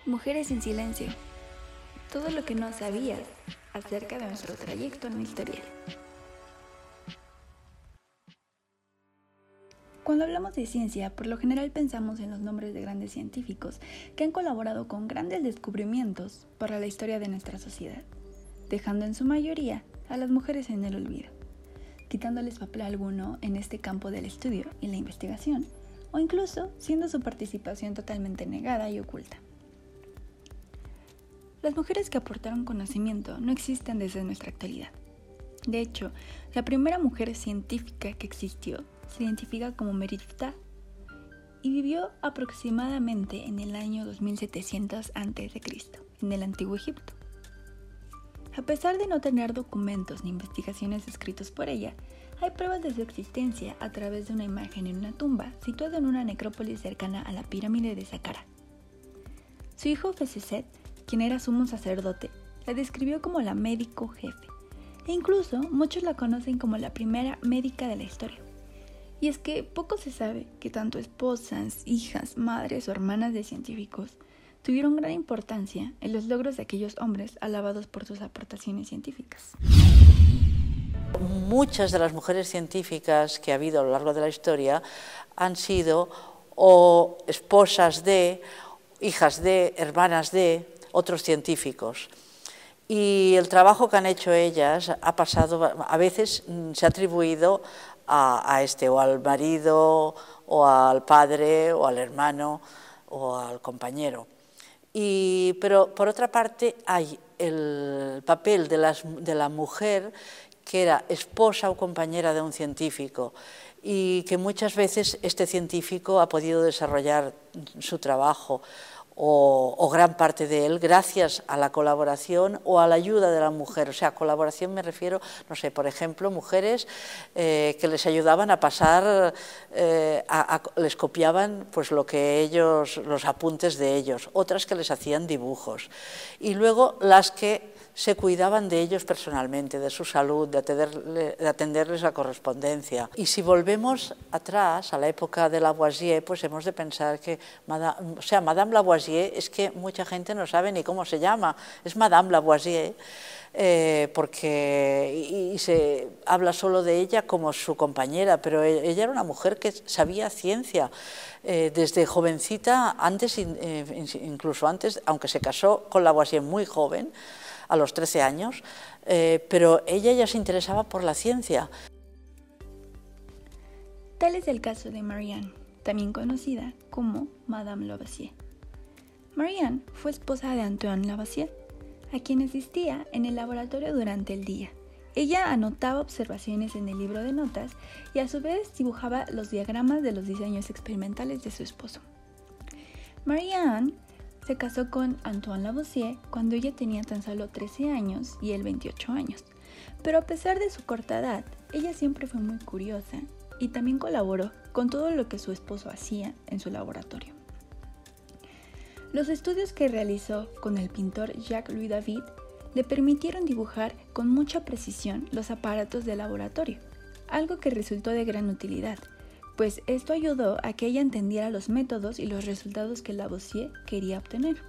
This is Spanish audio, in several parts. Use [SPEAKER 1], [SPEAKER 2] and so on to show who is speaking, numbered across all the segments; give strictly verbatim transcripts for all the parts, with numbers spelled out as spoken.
[SPEAKER 1] Mujeres en silencio. Todo lo que no sabías acerca de nuestro trayecto en la historia. Cuando hablamos de ciencia, por lo general pensamos en los nombres de grandes científicos que han colaborado con grandes descubrimientos para la historia de nuestra sociedad, dejando en su mayoría a las mujeres en el olvido, quitándoles papel alguno en este campo del estudio y la investigación, o incluso siendo su participación totalmente negada y oculta. Las mujeres que aportaron conocimiento no existen desde nuestra actualidad. De hecho, la primera mujer científica que existió se identifica como Meritxah y vivió aproximadamente en el año dos mil setecientos antes de Cristo, en el Antiguo Egipto. A pesar de no tener documentos ni investigaciones escritos por ella, hay pruebas de su existencia a través de una imagen en una tumba situada en una necrópolis cercana a la pirámide de Saqqara. Su hijo Feseshet, quien era sumo sacerdote, la describió como la médico jefe, e incluso muchos la conocen como la primera médica de la historia. Y es que poco se sabe que tanto esposas, hijas, madres o hermanas de científicos tuvieron gran importancia en los logros de aquellos hombres alabados por sus aportaciones científicas.
[SPEAKER 2] Muchas de las mujeres científicas que ha habido a lo largo de la historia han sido o esposas de, hijas de, hermanas de otros científicos. Y el trabajo que han hecho ellas ha pasado, a veces se ha atribuido a, a este, o al marido, o al padre, o al hermano, o al compañero. Y, pero por otra parte hay el papel de, las, de la mujer que era esposa o compañera de un científico y que muchas veces este científico ha podido desarrollar su trabajo o, o gran parte de él gracias a la colaboración o a la ayuda de la mujer. O sea, colaboración me refiero, no sé, por ejemplo, mujeres eh, que les ayudaban a pasar, eh, a, a, les copiaban pues lo que ellos, los apuntes de ellos, otras que les hacían dibujos y luego las que se cuidaban de ellos personalmente, de su salud, de, atenderle, de atenderles la correspondencia. Y si volvemos atrás, a la época de Lavoisier, pues hemos de pensar que, Madame, o sea, Madame Lavoisier es que mucha gente no sabe ni cómo se llama, es Madame Lavoisier, eh, porque y, y se habla solo de ella como su compañera, pero ella era una mujer que sabía ciencia, eh, desde jovencita, antes, eh, incluso antes, aunque se casó con Lavoisier muy joven, a los trece años, eh, pero ella ya se interesaba por la ciencia.
[SPEAKER 1] Tal es el caso de Marianne, también conocida como Madame Lavoisier. Marianne fue esposa de Antoine Lavoisier, a quien asistía en el laboratorio durante el día. Ella anotaba observaciones en el libro de notas y a su vez dibujaba los diagramas de los diseños experimentales de su esposo. Marianne se casó con Antoine Lavoisier cuando ella tenía tan solo trece años y él veintiocho años, pero a pesar de su corta edad, ella siempre fue muy curiosa y también colaboró con todo lo que su esposo hacía en su laboratorio. Los estudios que realizó con el pintor Jacques-Louis David le permitieron dibujar con mucha precisión los aparatos de laboratorio, algo que resultó de gran utilidad, pues esto ayudó a que ella entendiera los métodos y los resultados que Lavoisier quería obtener.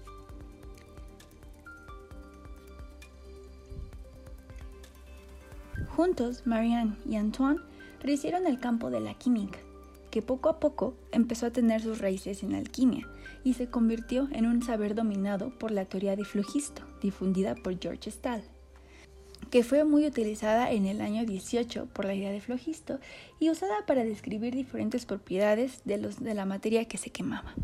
[SPEAKER 1] Juntos, Marianne y Antoine rehicieron el campo de la química, que poco a poco empezó a tener sus raíces en la alquimia y se convirtió en un saber dominado por la teoría de flujisto, difundida por George Stahl, que fue muy utilizada en el año dieciocho por la idea de flujisto y usada para describir diferentes propiedades de, los, de la materia que se quemaba.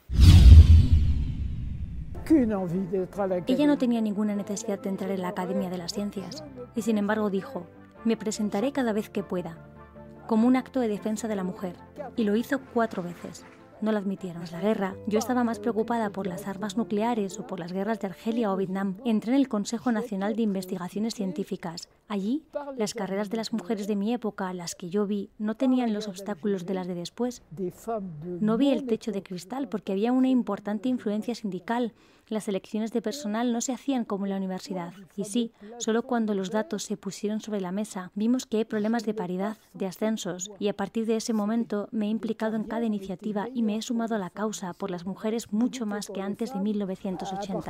[SPEAKER 3] Ella no tenía ninguna necesidad de entrar en la Academia de las Ciencias y sin embargo dijo: me presentaré cada vez que pueda, como un acto de defensa de la mujer, y lo hizo cuatro veces. No la admitieron. Tras la guerra, yo estaba más preocupada por las armas nucleares o por las guerras de Argelia o Vietnam. Entré en el Consejo Nacional de Investigaciones Científicas. Allí, las carreras de las mujeres de mi época, las que yo vi, no tenían los obstáculos de las de después. No vi el techo de cristal porque había una importante influencia sindical. Las elecciones de personal no se hacían como en la universidad. Y sí, solo cuando los datos se pusieron sobre la mesa, vimos que hay problemas de paridad, de ascensos, y a partir de ese momento me he implicado en cada iniciativa y me he sumado a la causa por las mujeres mucho más que antes de mil novecientos ochenta.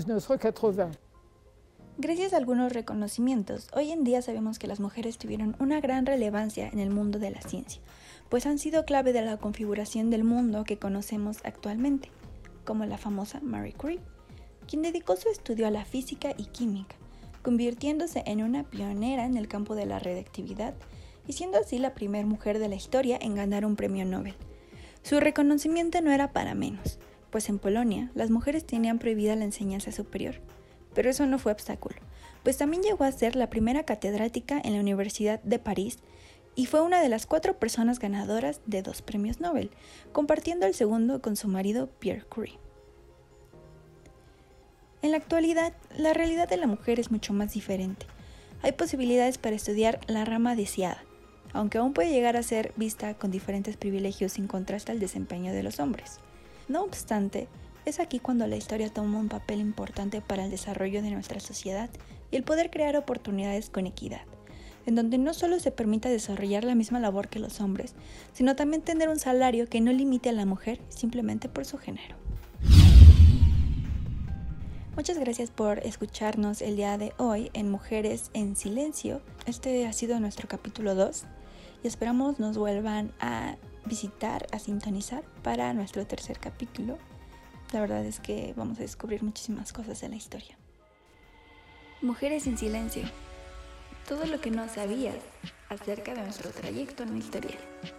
[SPEAKER 1] Gracias a algunos reconocimientos, hoy en día sabemos que las mujeres tuvieron una gran relevancia en el mundo de la ciencia, pues han sido clave de la configuración del mundo que conocemos actualmente, como la famosa Marie Curie, quien dedicó su estudio a la física y química, convirtiéndose en una pionera en el campo de la radiactividad y siendo así la primera mujer de la historia en ganar un premio Nobel. Su reconocimiento no era para menos, pues en Polonia las mujeres tenían prohibida la enseñanza superior. Pero eso no fue obstáculo, pues también llegó a ser la primera catedrática en la Universidad de París y fue una de las cuatro personas ganadoras de dos premios Nobel, compartiendo el segundo con su marido Pierre Curie. En la actualidad, la realidad de la mujer es mucho más diferente. Hay posibilidades para estudiar la rama deseada, aunque aún puede llegar a ser vista con diferentes privilegios sin contraste al desempeño de los hombres. No obstante, es aquí cuando la historia toma un papel importante para el desarrollo de nuestra sociedad y el poder crear oportunidades con equidad, en donde no solo se permita desarrollar la misma labor que los hombres, sino también tener un salario que no limite a la mujer simplemente por su género. Muchas gracias por escucharnos el día de hoy en Mujeres en Silencio. Este ha sido nuestro capítulo dos y esperamos nos vuelvan a visitar, a sintonizar para nuestro tercer capítulo. La verdad es que vamos a descubrir muchísimas cosas de la historia. Mujeres en Silencio. Todo lo que no sabías acerca de nuestro trayecto en la historia.